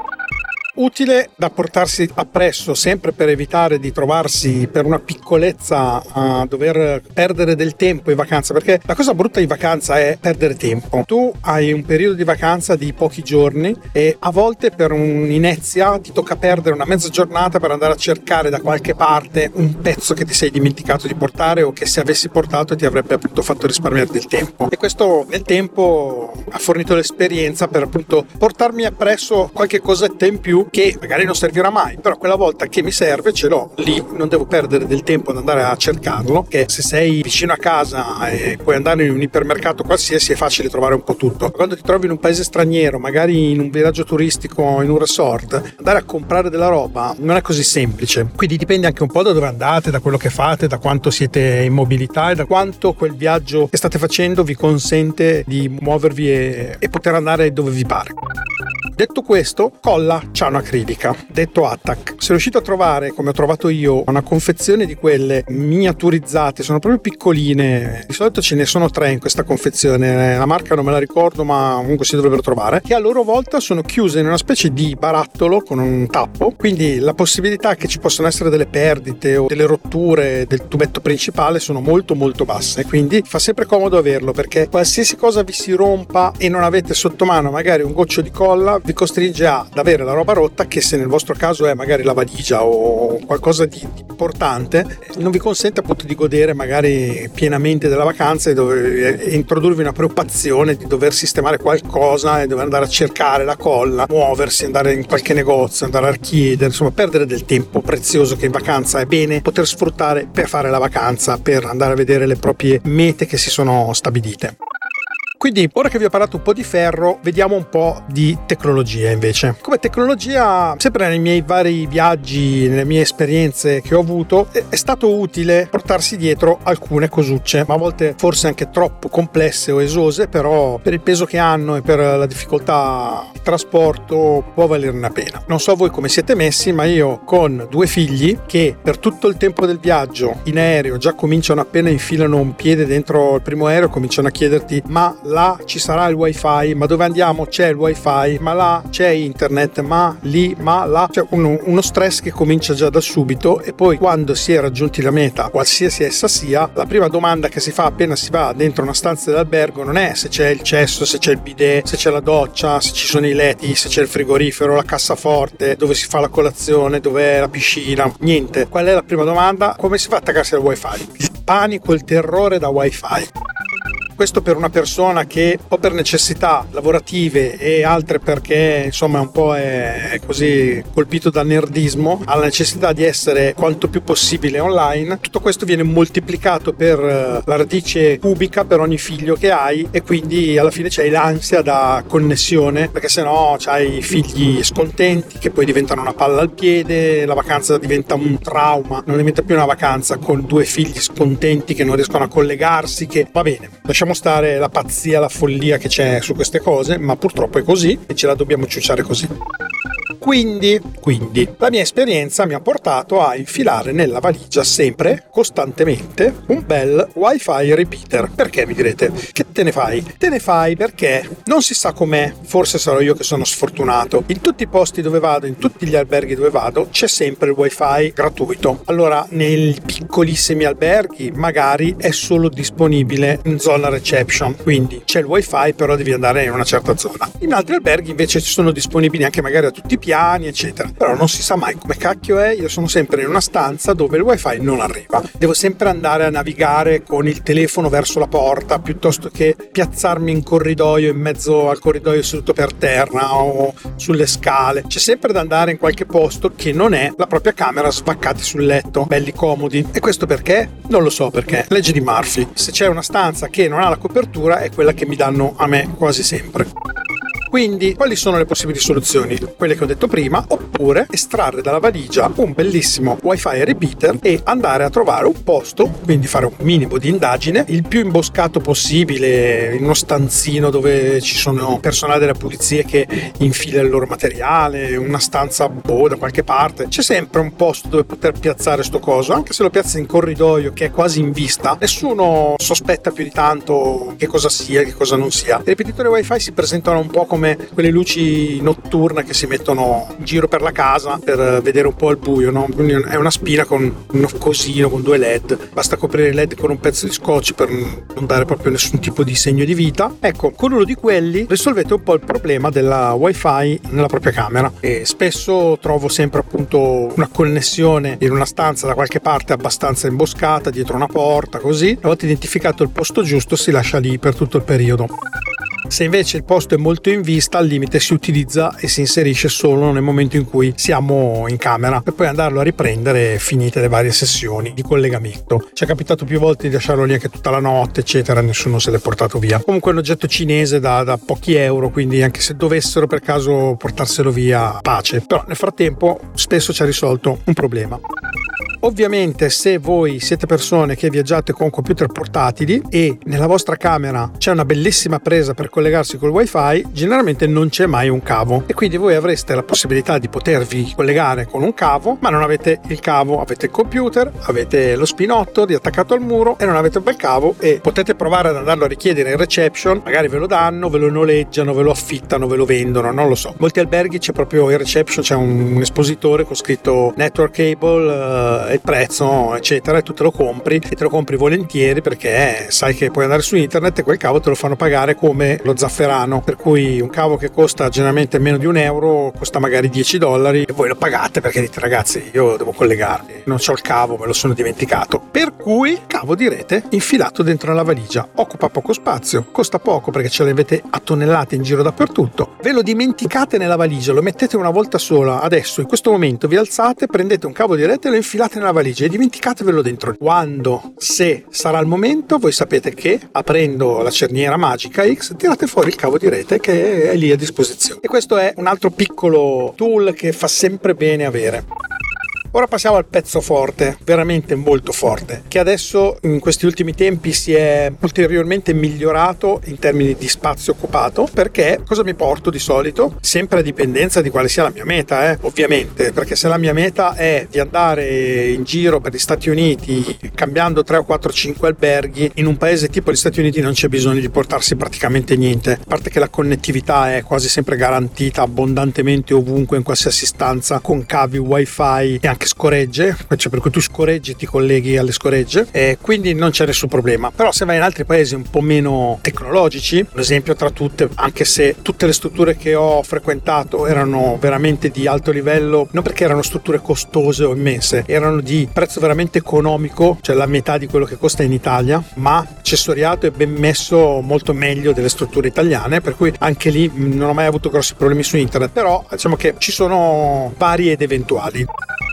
Utile da portarsi appresso sempre per evitare di trovarsi per una piccolezza a dover perdere del tempo in vacanza, perché la cosa brutta in vacanza è perdere tempo. Tu hai un periodo di vacanza di pochi giorni e a volte per un'inezia ti tocca perdere una mezza giornata per andare a cercare da qualche parte un pezzo che ti sei dimenticato di portare o che se avessi portato ti avrebbe appunto fatto risparmiare del tempo, e questo nel tempo ha fornito l'esperienza per appunto portarmi appresso qualche cosetta in più che magari non servirà mai, però quella volta che mi serve ce l'ho lì, non devo perdere del tempo ad andare a cercarlo, che se sei vicino a casa e puoi andare in un ipermercato qualsiasi è facile trovare un po' tutto. Quando ti trovi in un paese straniero, magari in un villaggio turistico, in un resort, andare a comprare della roba non è così semplice, quindi dipende anche un po' da dove andate, da quello che fate, da quanto siete in mobilità e da quanto quel viaggio che state facendo vi consente di muovervi e poter andare dove vi pare. Detto questo, colla cianoacrilica, detto Attack. Se riuscite a trovare, come ho trovato io, una confezione di quelle miniaturizzate, sono proprio piccoline, di solito ce ne sono 3 in questa confezione, la marca non me la ricordo ma comunque si dovrebbero trovare, che a loro volta sono chiuse in una specie di barattolo con un tappo, quindi la possibilità che ci possano essere delle perdite o delle rotture del tubetto principale sono molto molto basse, quindi fa sempre comodo averlo, perché qualsiasi cosa vi si rompa e non avete sotto mano magari un goccio di colla vi costringe ad avere la roba rotta, che se nel vostro caso è magari la valigia o qualcosa di importante, non vi consente appunto di godere magari pienamente della vacanza e introdurvi una preoccupazione di dover sistemare qualcosa e dover andare a cercare la colla, muoversi, andare in qualche negozio, andare a chiedere, insomma perdere del tempo prezioso che in vacanza è bene poter sfruttare per fare la vacanza, per andare a vedere le proprie mete che si sono stabilite. Quindi, ora che vi ho parlato un po' di ferro, vediamo un po' di tecnologia invece. Come tecnologia, sempre nei miei vari viaggi, nelle mie esperienze che ho avuto, è stato utile portarsi dietro alcune cosucce, ma a volte forse anche troppo complesse o esose, però per il peso che hanno e per la difficoltà di trasporto può valerne la pena. Non so voi come siete messi, ma io con 2 figli che per tutto il tempo del viaggio in aereo già cominciano, appena infilano un piede dentro il primo aereo, cominciano a chiederti: ma là ci sarà il wifi, ma dove andiamo c'è il wifi, ma là c'è internet, ma lì, ma là, c'è uno stress che comincia già da subito. E poi quando si è raggiunti la meta, qualsiasi essa sia, la prima domanda che si fa appena si va dentro una stanza dell'albergo non è se c'è il cesso, se c'è il bidet, se c'è la doccia, se ci sono i letti, se c'è il frigorifero, la cassaforte, dove si fa la colazione, dove è la piscina, niente. Qual è la prima domanda? Come si fa ad attaccarsi al wifi? Il panico, il terrore da wifi. Questo per una persona che o per necessità lavorative e altre perché insomma un po' è così colpito dal nerdismo, ha la necessità di essere quanto più possibile online. Tutto questo viene moltiplicato per la radice cubica per ogni figlio che hai, e quindi alla fine c'hai l'ansia da connessione, perché sennò c'hai figli scontenti che poi diventano una palla al piede, la vacanza diventa un trauma, non diventa più una vacanza con 2 figli scontenti che non riescono a collegarsi, che va bene, lasciamo stare la pazzia, la follia che c'è su queste cose, ma purtroppo è così e ce la dobbiamo ciucciare così. Quindi la mia esperienza mi ha portato a infilare nella valigia sempre, costantemente, un bel wifi repeater. Perché mi direte? Che te ne fai? Te ne fai perché non si sa com'è, forse sarò io che sono sfortunato. In tutti i posti dove vado, in tutti gli alberghi dove vado, c'è sempre il wifi gratuito. Allora, nei piccolissimi alberghi magari è solo disponibile in zona reception, quindi c'è il wifi però devi andare in una certa zona. In altri alberghi invece ci sono disponibili anche magari a tutti i piani, eccetera. Però non si sa mai come cacchio è. Io sono sempre in una stanza dove il wifi non arriva. Devo sempre andare a navigare con il telefono verso la porta piuttosto che piazzarmi in corridoio, in mezzo al corridoio seduto per terra o sulle scale. C'è sempre da andare in qualche posto che non è la propria camera, svaccati sul letto, belli comodi. E questo perché? Non lo so perché. Legge di Murphy. Se c'è una stanza che non ha la copertura è quella che mi danno a me quasi sempre. Quindi, quali sono le possibili soluzioni? Quelle che ho detto prima, oppure estrarre dalla valigia un bellissimo wifi repeater e andare a trovare un posto, quindi fare un minimo di indagine, il più imboscato possibile, in uno stanzino dove ci sono personale della polizia che infila il loro materiale, una stanza da qualche parte. C'è sempre un posto dove poter piazzare sto coso, anche se lo piazzi in corridoio che è quasi in vista, nessuno sospetta più di tanto che cosa sia, che cosa non sia. I ripetitori wifi si presentano un po' come quelle luci notturne che si mettono in giro per la casa per vedere un po' al buio, no? Quindi è una spina con un cosino, con 2 LED. Basta coprire i LED con un pezzo di scotch per non dare proprio nessun tipo di segno di vita. Ecco, con uno di quelli risolvete un po' il problema della wifi nella propria camera. E spesso trovo sempre appunto una connessione in una stanza da qualche parte abbastanza imboscata, dietro una porta, così. Una volta identificato il posto giusto si lascia lì per tutto il periodo. Se invece il posto è molto in vista, al limite si utilizza e si inserisce solo nel momento in cui siamo in camera per poi andarlo a riprendere finite le varie sessioni di collegamento. Ci è capitato più volte di lasciarlo lì anche tutta la notte, eccetera, nessuno se l'è portato via. Comunque è un oggetto cinese da pochi euro, quindi anche se dovessero per caso portarselo via, pace. Però nel frattempo spesso ci ha risolto un problema. Ovviamente se voi siete persone che viaggiate con computer portatili e nella vostra camera c'è una bellissima presa per collegarsi col wifi, generalmente non c'è mai un cavo e quindi voi avreste la possibilità di potervi collegare con un cavo, ma non avete il cavo, avete il computer, avete lo spinotto attaccato al muro e non avete un bel cavo e potete provare ad andarlo a richiedere in reception, magari ve lo danno, ve lo noleggiano, ve lo affittano, ve lo vendono, non lo so. In molti alberghi c'è proprio in reception, c'è un espositore con scritto network cable, il prezzo eccetera, e tu te lo compri e te lo compri volentieri perché sai che puoi andare su internet e quel cavo te lo fanno pagare come lo zafferano, per cui un cavo che costa generalmente meno di €1 costa magari $10 e voi lo pagate perché dite ragazzi io devo collegarmi, non c'ho il cavo, me lo sono dimenticato, per cui cavo di rete infilato dentro la valigia, occupa poco spazio, costa poco perché ce l'avete a tonnellate in giro dappertutto, ve lo dimenticate nella valigia, lo mettete una volta sola, adesso in questo momento vi alzate, prendete un cavo di rete e lo infilate nella valigia e dimenticatevelo dentro. Quando, se sarà il momento, voi sapete che aprendo la cerniera magica X tirate fuori il cavo di rete che è lì a disposizione. E questo è un altro piccolo tool che fa sempre bene avere. Ora passiamo al pezzo forte, veramente molto forte, che adesso in questi ultimi tempi si è ulteriormente migliorato in termini di spazio occupato, perché cosa mi porto di solito? Sempre a dipendenza di quale sia la mia meta, ovviamente, perché se la mia meta è di andare in giro per gli Stati Uniti cambiando 3 o 4 5 alberghi, in un paese tipo gli Stati Uniti non c'è bisogno di portarsi praticamente niente, a parte che la connettività è quasi sempre garantita abbondantemente ovunque in qualsiasi stanza con cavi wifi e anche scoregge, cioè per cui tu scoreggi ti colleghi alle scoregge e quindi non c'è nessun problema. Però se vai in altri paesi un po' meno tecnologici, un esempio tra tutte, anche se tutte le strutture che ho frequentato erano veramente di alto livello, non perché erano strutture costose o immense, erano di prezzo veramente economico, cioè la metà di quello che costa in Italia, ma accessoriato e ben messo molto meglio delle strutture italiane, per cui anche lì non ho mai avuto grossi problemi su internet, però diciamo che ci sono vari ed eventuali.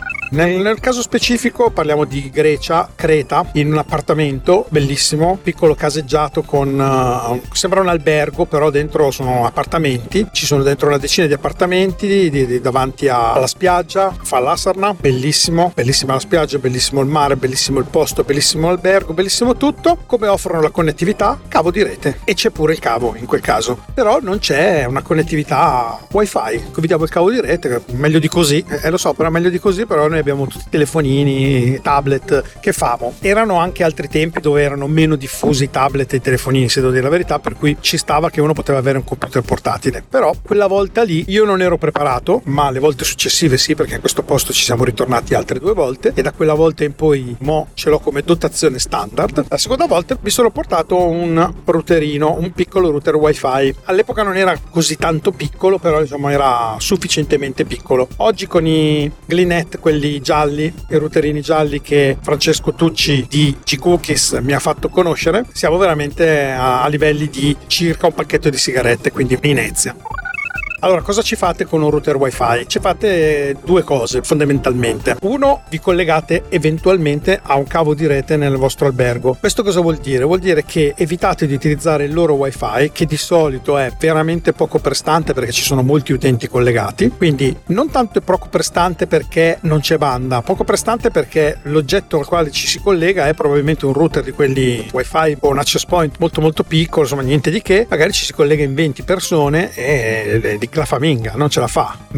Nel caso specifico parliamo di Grecia, Creta, in un appartamento bellissimo, piccolo caseggiato con sembra un albergo, però dentro sono appartamenti, ci sono dentro una decina di appartamenti davanti alla spiaggia, fa l'Asarna, bellissimo, bellissima la spiaggia, bellissimo il mare, bellissimo il posto, bellissimo l'albergo, bellissimo tutto. Come offrono la connettività? Cavo di rete, e c'è pure il cavo in quel caso, però non c'è una connettività wifi, vi diamo il cavo di rete, meglio di così, lo so, però meglio di così, però noi noi abbiamo tutti i telefonini, tablet, che famo. Erano anche altri tempi dove erano meno diffusi i tablet e i telefonini, se devo dire la verità, per cui ci stava che uno poteva avere un computer portatile. Però quella volta lì io non ero preparato, ma le volte successive sì, perché a questo posto ci siamo ritornati altre 2 volte e da quella volta in poi mo ce l'ho come dotazione standard. La seconda volta mi sono portato un routerino, un piccolo router wifi. All'epoca non era così tanto piccolo, però diciamo era sufficientemente piccolo. Oggi con i Glinet, quelli gialli, i routerini gialli che Francesco Tucci di G-Cookies mi ha fatto conoscere, siamo veramente a livelli di circa un pacchetto di sigarette, quindi inizia. Allora, cosa ci fate con un router wifi? Ci fate 2 cose fondamentalmente. Uno, vi collegate eventualmente a un cavo di rete nel vostro albergo. Questo cosa vuol dire? Vuol dire che evitate di utilizzare il loro wifi, che di solito è veramente poco prestante perché ci sono molti utenti collegati. Quindi non tanto è poco prestante perché non c'è banda, poco prestante perché l'oggetto al quale ci si collega è probabilmente un router di quelli wifi o un access point molto molto piccolo, insomma niente di che. Magari ci si collega in 20 persone e la faminga non ce la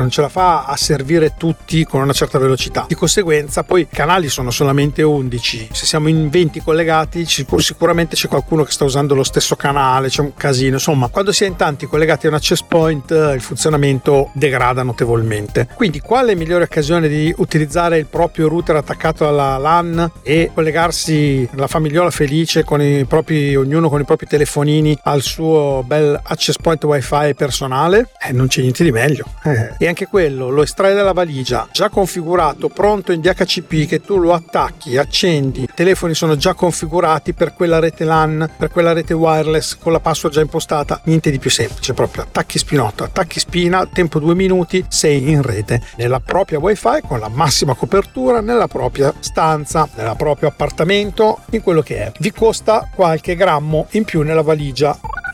fa a servire tutti con una certa velocità. Di conseguenza poi i canali sono solamente 11, se siamo in 20 collegati sicuramente c'è qualcuno che sta usando lo stesso canale, c'è un casino. Insomma, quando si è in tanti collegati a un access point il funzionamento degrada notevolmente. Quindi quale migliore occasione di utilizzare il proprio router attaccato alla LAN e collegarsi la famigliola felice con ognuno con i propri telefonini al suo bel access point wifi personale? Non c'è niente di meglio. E anche quello lo estrai dalla valigia, già configurato, pronto in DHCP, che tu lo attacchi, accendi, i telefoni sono già configurati per quella rete LAN, per quella rete wireless con la password già impostata. Niente di più semplice, proprio attacchi spinotto, attacchi spina, tempo 2 minuti, sei in rete nella propria wifi con la massima copertura nella propria stanza, nel proprio appartamento, in quello che è. Vi costa qualche grammo in più nella valigia.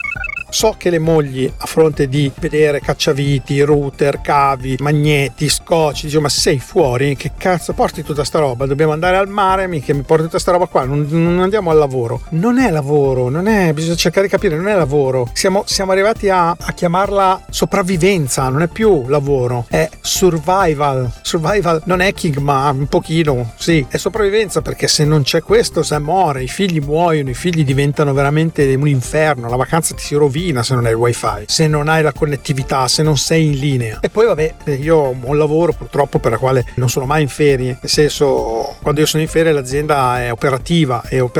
So che le mogli, a fronte di vedere cacciaviti, router, cavi, magneti, scotch, dicono: ma sei fuori? Che cazzo porti tutta sta roba? Dobbiamo andare al mare, mica mi porti tutta sta roba qua, non andiamo al lavoro. Non è lavoro, bisogna cercare di capire, non è lavoro. Siamo arrivati a chiamarla sopravvivenza, non è più lavoro, è survival, non hacking ma un pochino, sì, è sopravvivenza, perché se non c'è questo si muore, i figli muoiono, i figli diventano veramente un inferno, la vacanza ti si rovina se non hai il wifi, se non hai la connettività, se non sei in linea. E poi vabbè, io ho un lavoro purtroppo per la quale non sono mai in ferie, nel senso, quando io sono in ferie l'azienda è operativa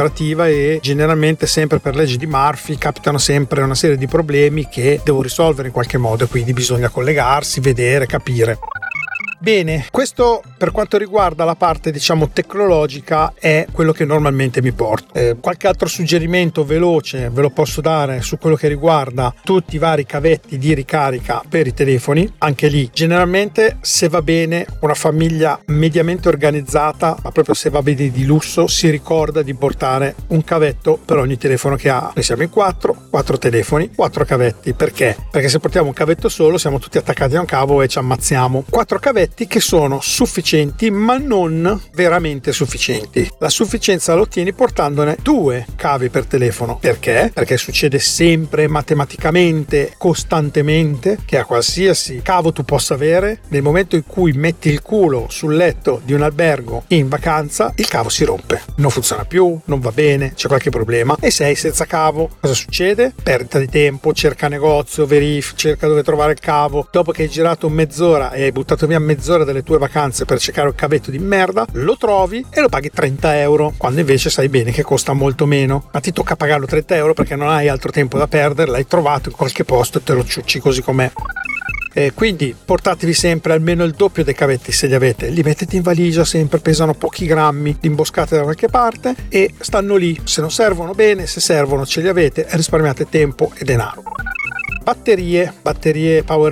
e generalmente sempre per legge di Murphy capitano sempre una serie di problemi che devo risolvere in qualche modo e quindi bisogna collegarsi, vedere, capire. Bene, questo per quanto riguarda la parte diciamo tecnologica è quello che normalmente mi porto. Qualche altro suggerimento veloce ve lo posso dare su quello che riguarda tutti i vari cavetti di ricarica per i telefoni. Anche lì generalmente, se va bene, una famiglia mediamente organizzata, ma proprio se va bene di lusso, si ricorda di portare un cavetto per ogni telefono che ha. Noi siamo in 4 telefoni, 4 cavetti. Perché? Perché se portiamo un cavetto solo siamo tutti attaccati a un cavo e ci ammazziamo. 4 cavetti che sono sufficienti ma non veramente sufficienti. La sufficienza la ottieni portandone 2 cavi per telefono. Perché? Perché succede sempre matematicamente, costantemente, che a qualsiasi cavo tu possa avere, nel momento in cui metti il culo sul letto di un albergo in vacanza, il cavo si rompe, non funziona più, non va bene, c'è qualche problema e sei senza cavo. Cosa succede? Perdita di tempo, cerca negozio, cerca dove trovare il cavo. Dopo che hai girato mezz'ora e hai buttato via mezz'ora delle tue vacanze per cercare un cavetto di merda, lo trovi e lo paghi 30 euro, quando invece sai bene che costa molto meno, ma ti tocca pagarlo 30 euro perché non hai altro tempo da perdere, l'hai trovato in qualche posto e te lo ciucci così com'è. Quindi portatevi sempre almeno il doppio dei cavetti se li avete, li mettete in valigia sempre, pesano pochi grammi, li imboscate da qualche parte e stanno lì. Se non servono bene, se servono ce li avete e risparmiate tempo e denaro. Batterie power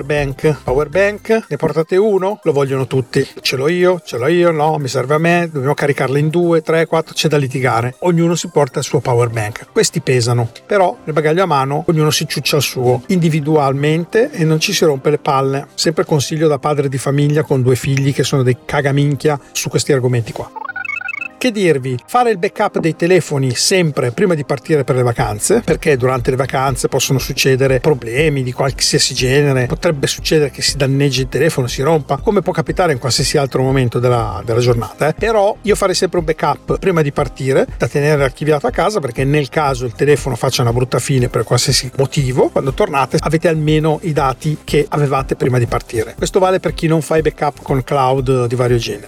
bank, ne portate uno? Lo vogliono tutti. Ce l'ho io, no, mi serve a me, dobbiamo caricarla in 2, 3, 4, c'è da litigare. Ognuno si porta il suo power bank. Questi pesano, però nel bagaglio a mano ognuno si ciuccia il suo, individualmente, e non ci si rompe le palle. Sempre consiglio da padre di famiglia con 2 figli che sono dei cagaminchia su questi argomenti qua. Che dirvi? Fare il backup dei telefoni sempre prima di partire per le vacanze, perché durante le vacanze possono succedere problemi di qualsiasi genere, potrebbe succedere che si danneggi il telefono, si rompa, come può capitare in qualsiasi altro momento della giornata. Però io farei sempre un backup prima di partire, da tenere archiviato a casa, perché nel caso il telefono faccia una brutta fine per qualsiasi motivo, quando tornate avete almeno i dati che avevate prima di partire. Questo vale per chi non fa i backup con cloud di vario genere.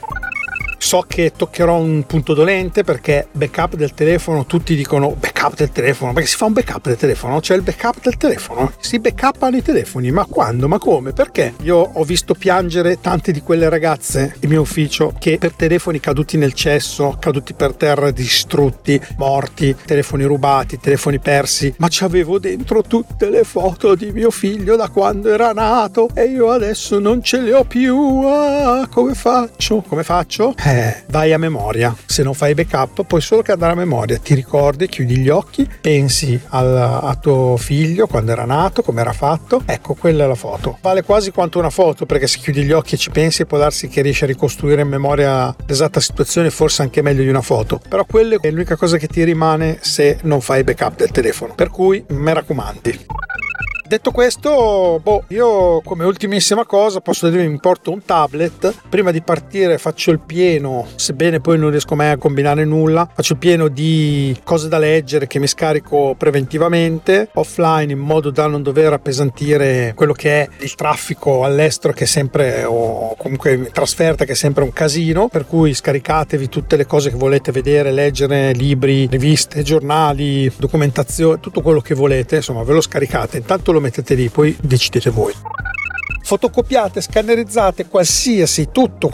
So che toccherò un punto dolente, perché backup del telefono, tutti dicono backup del telefono, perché si fa un backup del telefono? C'è il backup del telefono? Si backuppano i telefoni? Ma quando? Ma come? Perché? Io ho visto piangere tante di quelle ragazze in mio ufficio che per telefoni caduti nel cesso, caduti per terra, distrutti, morti, telefoni rubati, telefoni persi, ma c'avevo dentro tutte le foto di mio figlio da quando era nato e io adesso non ce le ho più. Come faccio? Come faccio? Vai a memoria. Se non fai backup puoi solo che andare a memoria, ti ricordi, chiudi gli occhi, pensi a tuo figlio quando era nato, come era fatto. Ecco, quella è la foto, vale quasi quanto una foto, perché se chiudi gli occhi e ci pensi può darsi che riesci a ricostruire in memoria l'esatta situazione, forse anche meglio di una foto, però quella è l'unica cosa che ti rimane se non fai backup del telefono, per cui mi raccomandi. Detto questo, io come ultimissima cosa posso dire, mi porto un tablet. Prima di partire faccio il pieno, sebbene poi non riesco mai a combinare nulla, faccio il pieno di cose da leggere che mi scarico preventivamente offline, in modo da non dover appesantire quello che è il traffico all'estero, che è sempre, o comunque in trasferta, che è sempre un casino, per cui scaricatevi tutte le cose che volete vedere, leggere, libri, riviste, giornali, documentazione, tutto quello che volete, insomma ve lo scaricate, intanto lo mettete lì, poi decidete voi. Fotocopiate, scannerizzate qualsiasi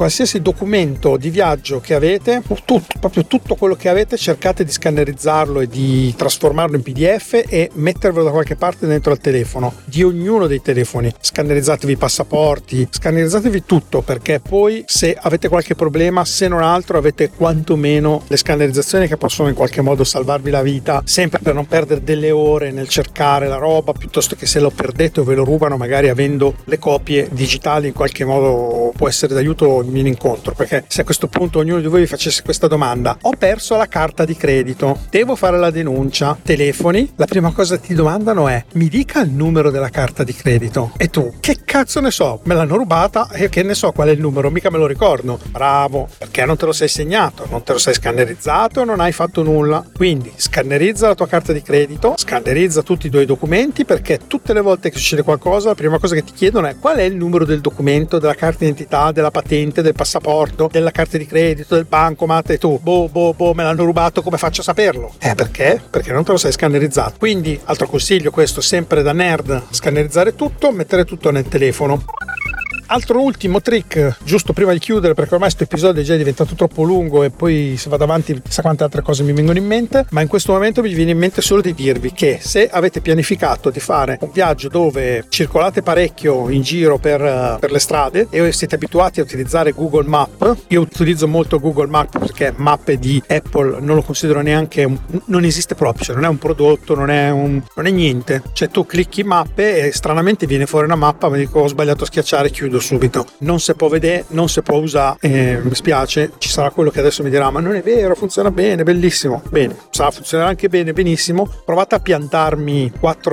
documento di viaggio che avete, proprio tutto quello che avete, cercate di scannerizzarlo e di trasformarlo in PDF e mettervelo da qualche parte dentro al telefono, di ognuno dei telefoni. Scannerizzatevi i passaporti, scannerizzatevi tutto, perché poi se avete qualche problema, se non altro avete quantomeno le scannerizzazioni che possono in qualche modo salvarvi la vita, sempre per non perdere delle ore nel cercare la roba, piuttosto che se lo perdete o ve lo rubano, magari avendo le copie digitali in qualche modo può essere d'aiuto in incontro. Perché se a questo punto ognuno di voi vi facesse questa domanda: ho perso la carta di credito, devo fare la denuncia, telefoni, la prima cosa che ti domandano è: mi dica il numero della carta di credito. E tu: che cazzo ne so, me l'hanno rubata e che ne so qual è il numero, mica me lo ricordo. Bravo, perché non te lo sei segnato, non te lo sei scannerizzato, non hai fatto nulla. Quindi scannerizza la tua carta di credito, scannerizza tutti i tuoi documenti, perché tutte le volte che succede qualcosa la prima cosa che ti chiedono è: qual è il numero del documento, della carta d'identità, della patente, del passaporto, della carta di credito, del bancomat. E tu: me l'hanno rubato, come faccio a saperlo? Perché? Perché non te lo sei scannerizzato. Quindi, altro consiglio, questo sempre da nerd: scannerizzare tutto, mettere tutto nel telefono. Altro ultimo trick, giusto prima di chiudere, perché ormai questo episodio è già diventato troppo lungo e poi se vado avanti chissà quante altre cose mi vengono in mente, ma in questo momento mi viene in mente solo di dirvi che se avete pianificato di fare un viaggio dove circolate parecchio in giro per le strade e siete abituati a utilizzare Google Map, io utilizzo molto Google Map perché mappe di Apple non lo considero neanche non esiste proprio, cioè non è un prodotto, non è niente, cioè tu clicchi mappe e stranamente viene fuori una mappa, mi dico ho sbagliato a schiacciare, chiudo subito, non si può vedere, non si può usare, mi spiace, ci sarà quello che adesso mi dirà ma non è vero, funziona bene, bellissimo. Bene, funzionerà anche bene, benissimo. Provate a piantarmi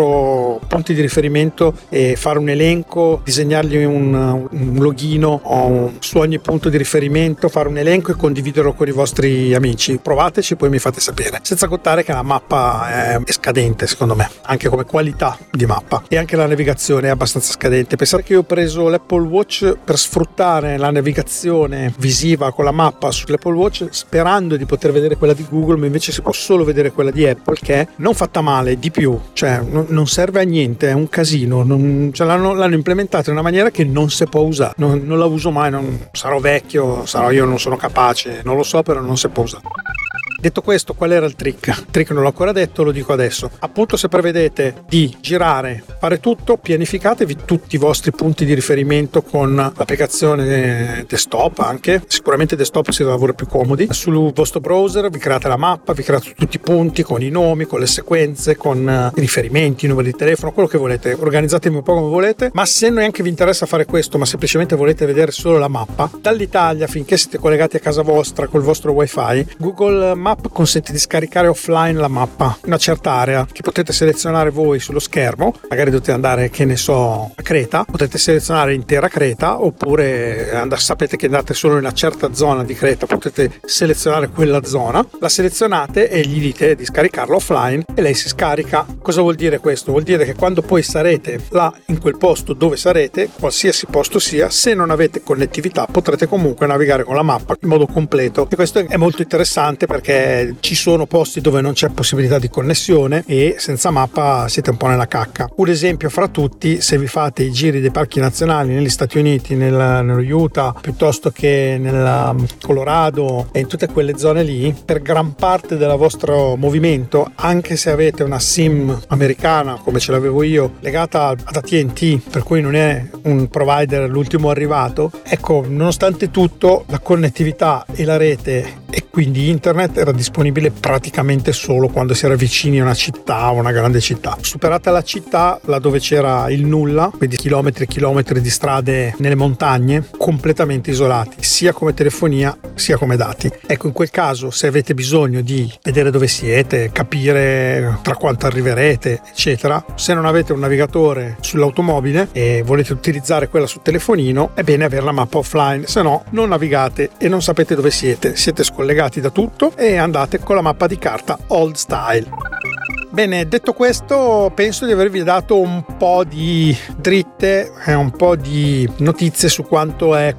4 punti di riferimento e fare un elenco, disegnargli un logino su ogni punto di riferimento, fare un elenco e condividerlo con i vostri amici. Provateci, poi mi fate sapere. Senza contare che la mappa è scadente, secondo me, anche come qualità di mappa, e anche la navigazione è abbastanza scadente. Pensate che io ho preso l'Apple Watch per sfruttare la navigazione visiva con la mappa sull'Apple Watch, sperando di poter vedere quella di Google, ma invece si può solo vedere quella di Apple, che è non fatta male, di più, cioè non serve a niente, è un casino, l'hanno implementata in una maniera che non si può usare, non la uso mai, sarò vecchio, io non sono capace, non lo so, però non si può usare. Detto questo, qual era il trick? Il trick non l'ho ancora detto, lo dico adesso. Appunto, se prevedete di girare, fare tutto, pianificatevi tutti i vostri punti di riferimento con l'applicazione desktop, anche sicuramente desktop si lavora più comodi. Sul vostro browser vi create la mappa, vi create tutti i punti con i nomi, con le sequenze, con i riferimenti, i numeri di telefono, quello che volete. Organizzatevi un po' come volete, ma se neanche vi interessa fare questo, ma semplicemente volete vedere solo la mappa, dall'Italia, finché siete collegati a casa vostra col vostro wifi, Google Map consente di scaricare offline la mappa, una certa area che potete selezionare voi sullo schermo. Magari dovete andare, che ne so, a Creta, potete selezionare l'intera Creta, oppure sapete che andate solo in una certa zona di Creta, potete selezionare quella zona, la selezionate e gli dite di scaricarla offline e lei si scarica. Cosa vuol dire questo? Vuol dire che quando poi sarete là in quel posto dove sarete, qualsiasi posto sia, se non avete connettività potrete comunque navigare con la mappa in modo completo, e questo è molto interessante perché ci sono posti dove non c'è possibilità di connessione e senza mappa siete un po' nella cacca. Un esempio fra tutti: se vi fate i giri dei parchi nazionali negli Stati Uniti, nello Utah, piuttosto che nel Colorado e in tutte quelle zone lì, per gran parte del vostro movimento, anche se avete una SIM americana come ce l'avevo io legata ad AT&T, per cui non è un provider l'ultimo arrivato, ecco, nonostante tutto la connettività e la rete e quindi internet era disponibile praticamente solo quando si era vicini a una città o una grande città. Superata la città, là dove c'era il nulla, quindi chilometri e chilometri di strade nelle montagne, completamente isolati, sia come telefonia sia come dati. Ecco, in quel caso, se avete bisogno di vedere dove siete, capire tra quanto arriverete, eccetera, se non avete un navigatore sull'automobile e volete utilizzare quella sul telefonino, è bene avere la mappa offline, se no non navigate e non sapete dove siete scollegati da tutto e andate con la mappa di carta old style. Bene, detto questo, penso di avervi dato un po' di dritte e un po' di notizie su quanto è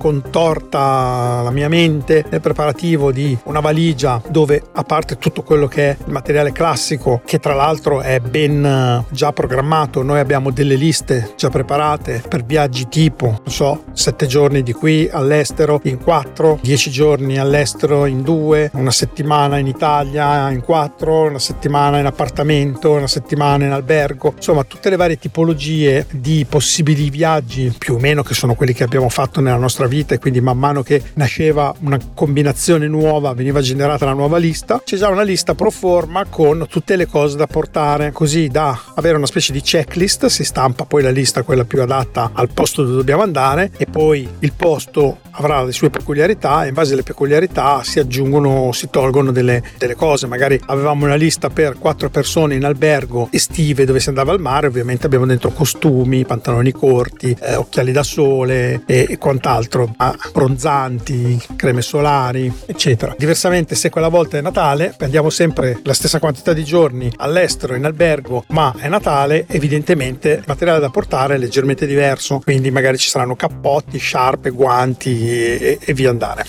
contorta la mia mente nel preparativo di una valigia dove, a parte tutto quello che è il materiale classico, che tra l'altro è ben già programmato, noi abbiamo delle liste già preparate per viaggi tipo, non so, 7 giorni di qui all'estero in 4, 10 giorni all'estero in 2, una settimana in Italia in 4, una settimana in appartamento, una settimana in albergo, insomma tutte le varie tipologie di possibili viaggi più o meno che sono quelli che abbiamo fatto nella nostra vita, e quindi man mano che nasceva una combinazione nuova veniva generata la nuova lista. C'è già una lista pro forma con tutte le cose da portare, così da avere una specie di checklist. Si stampa poi la lista, quella più adatta al posto dove dobbiamo andare, e poi il posto avrà le sue peculiarità e in base alle peculiarità si aggiungono, si tolgono delle cose. Magari avevamo una lista per 4 persone in albergo estive dove si andava al mare, ovviamente abbiamo dentro costumi, pantaloni corti, occhiali da sole e quant'altro, bronzanti, creme solari, eccetera. Diversamente, se quella volta è Natale, andiamo sempre la stessa quantità di giorni all'estero in albergo, ma è Natale, evidentemente il materiale da portare è leggermente diverso, quindi magari ci saranno cappotti, sciarpe, guanti e via andare.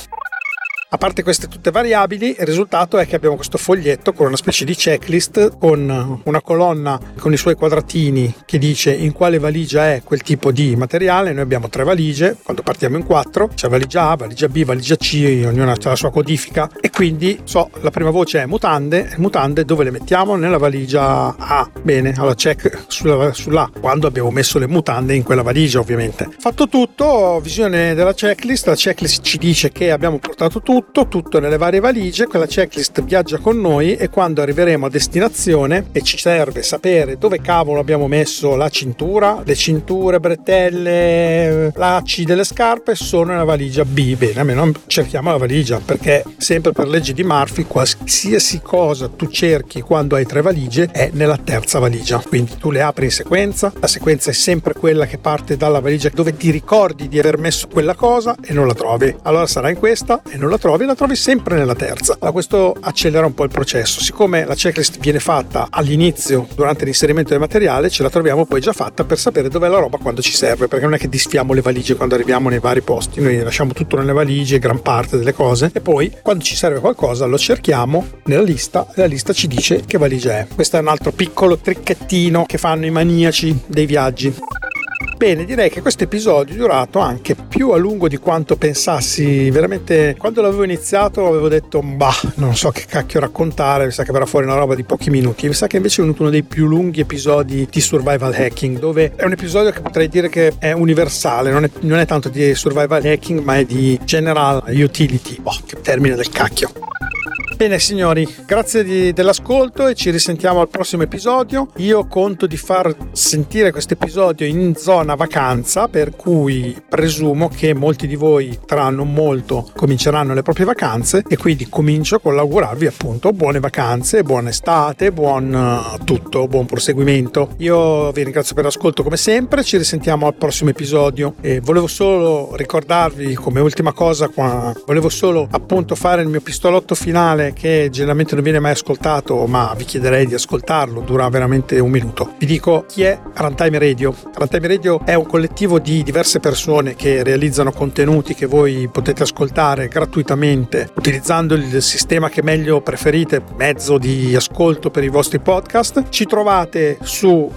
A parte queste tutte variabili, il risultato è che abbiamo questo foglietto con una specie di checklist, con una colonna con i suoi quadratini che dice in quale valigia è quel tipo di materiale. Noi abbiamo 3 valigie, quando partiamo in 4 c'è valigia A, valigia B, valigia C, ognuna ha la sua codifica, e quindi la prima voce è mutande. Mutande dove le mettiamo? Nella valigia A. Bene, allora check sulla quando abbiamo messo le mutande in quella valigia, ovviamente. Fatto tutto, visione della checklist. La checklist ci dice che abbiamo portato tutto nelle varie valigie. Quella checklist viaggia con noi e quando arriveremo a destinazione e ci serve sapere dove cavolo abbiamo messo la cintura, le cinture, bretelle, lacci delle scarpe, sono nella valigia B. Bene, almeno cerchiamo la valigia, perché sempre per legge di Murphy qualsiasi cosa tu cerchi quando hai 3 valigie è nella terza valigia, quindi tu le apri in sequenza, la sequenza è sempre quella che parte dalla valigia dove ti ricordi di aver messo quella cosa e non la trovi, allora sarà in questa e non la trovi sempre nella terza. Allora questo accelera un po' il processo. Siccome la checklist viene fatta all'inizio durante l'inserimento del materiale, ce la troviamo poi già fatta per sapere dov'è la roba quando ci serve, perché non è che disfiamo le valigie quando arriviamo nei vari posti, noi lasciamo tutto nelle valigie, gran parte delle cose, e poi quando ci serve qualcosa lo cerchiamo nella lista e la lista ci dice che valigia è. Questo è un altro piccolo tricchettino che fanno i maniaci dei viaggi. Bene, direi che questo episodio è durato anche più a lungo di quanto pensassi. Veramente, quando l'avevo iniziato avevo detto non so che cacchio raccontare, mi sa che verrà fuori una roba di pochi minuti. Mi sa che invece è venuto uno dei più lunghi episodi di survival hacking, dove è un episodio che potrei dire che è universale, non è tanto di survival hacking ma è di general utility. Che termine del cacchio. Bene signori, grazie dell'ascolto e ci risentiamo al prossimo episodio. Io conto di far sentire questo episodio in zona vacanza, per cui presumo che molti di voi tra non molto cominceranno le proprie vacanze, e quindi comincio con l'augurarvi appunto buone vacanze, buona estate, buon tutto, buon proseguimento. Io vi ringrazio per l'ascolto come sempre, ci risentiamo al prossimo episodio e volevo solo ricordarvi come ultima cosa volevo solo appunto fare il mio pistolotto finale, che generalmente non viene mai ascoltato, ma vi chiederei di ascoltarlo, dura veramente un minuto. Vi dico chi è Runtime Radio. Runtime Radio è un collettivo di diverse persone che realizzano contenuti che voi potete ascoltare gratuitamente utilizzando il sistema che meglio preferite, mezzo di ascolto per i vostri podcast. Ci trovate su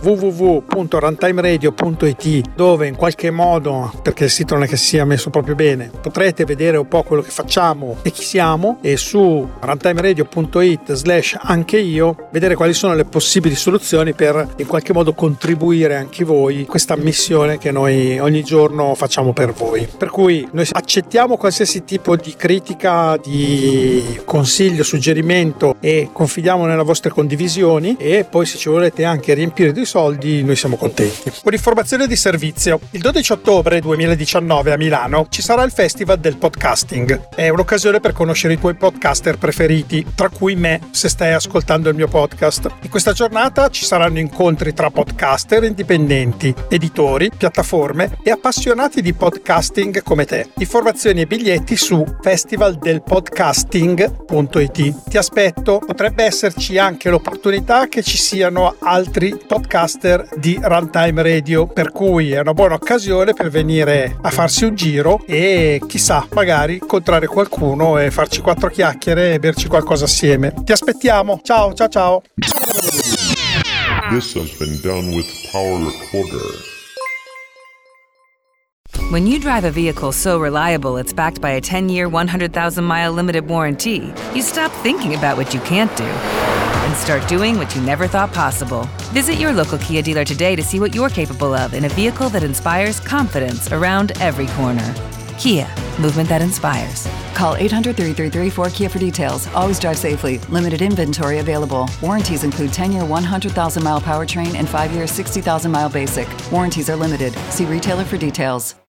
www.runtimeradio.it, dove in qualche modo, perché il sito non è che sia messo proprio bene, potrete vedere un po' quello che facciamo e chi siamo, e su runtimeradio.it/anche io vedere quali sono le possibili soluzioni per in qualche modo contribuire anche voi a questa missione che noi ogni giorno facciamo per voi. Per cui noi accettiamo qualsiasi tipo di critica, di consiglio, suggerimento, e confidiamo nelle vostre condivisioni, e poi se ci volete anche riempire di soldi noi siamo contenti. Un'informazione di servizio: il 12 ottobre 2019 a Milano ci sarà il Festival del Podcasting. È un'occasione per conoscere i tuoi podcaster preferiti, tra cui me, se stai ascoltando il mio podcast. In questa giornata ci saranno incontri tra podcaster indipendenti, editori, piattaforme e appassionati di podcasting come te. Informazioni e biglietti su festivaldelpodcasting.it. Ti aspetto. Potrebbe esserci anche l'opportunità che ci siano altri podcaster di Runtime Radio, per cui è una buona occasione per venire a farsi un giro e chissà, magari incontrare qualcuno e farci quattro chiacchiere e berci qualcosa assieme. Ti aspettiamo. Ciao. This has been done with Power Recorder. When you drive a vehicle so reliable it's backed by a 10-year, 100,000-mile limited warranty, you stop thinking about what you can't do and start doing what you never thought possible. Visit your local Kia dealer today to see what you're capable of in a vehicle that inspires confidence around every corner. Kia, movement that inspires. Call 800-333-4KIA for details. Always drive safely. Limited inventory available. Warranties include 10-year 100,000-mile powertrain and 5-year 60,000-mile basic. Warranties are limited. See retailer for details.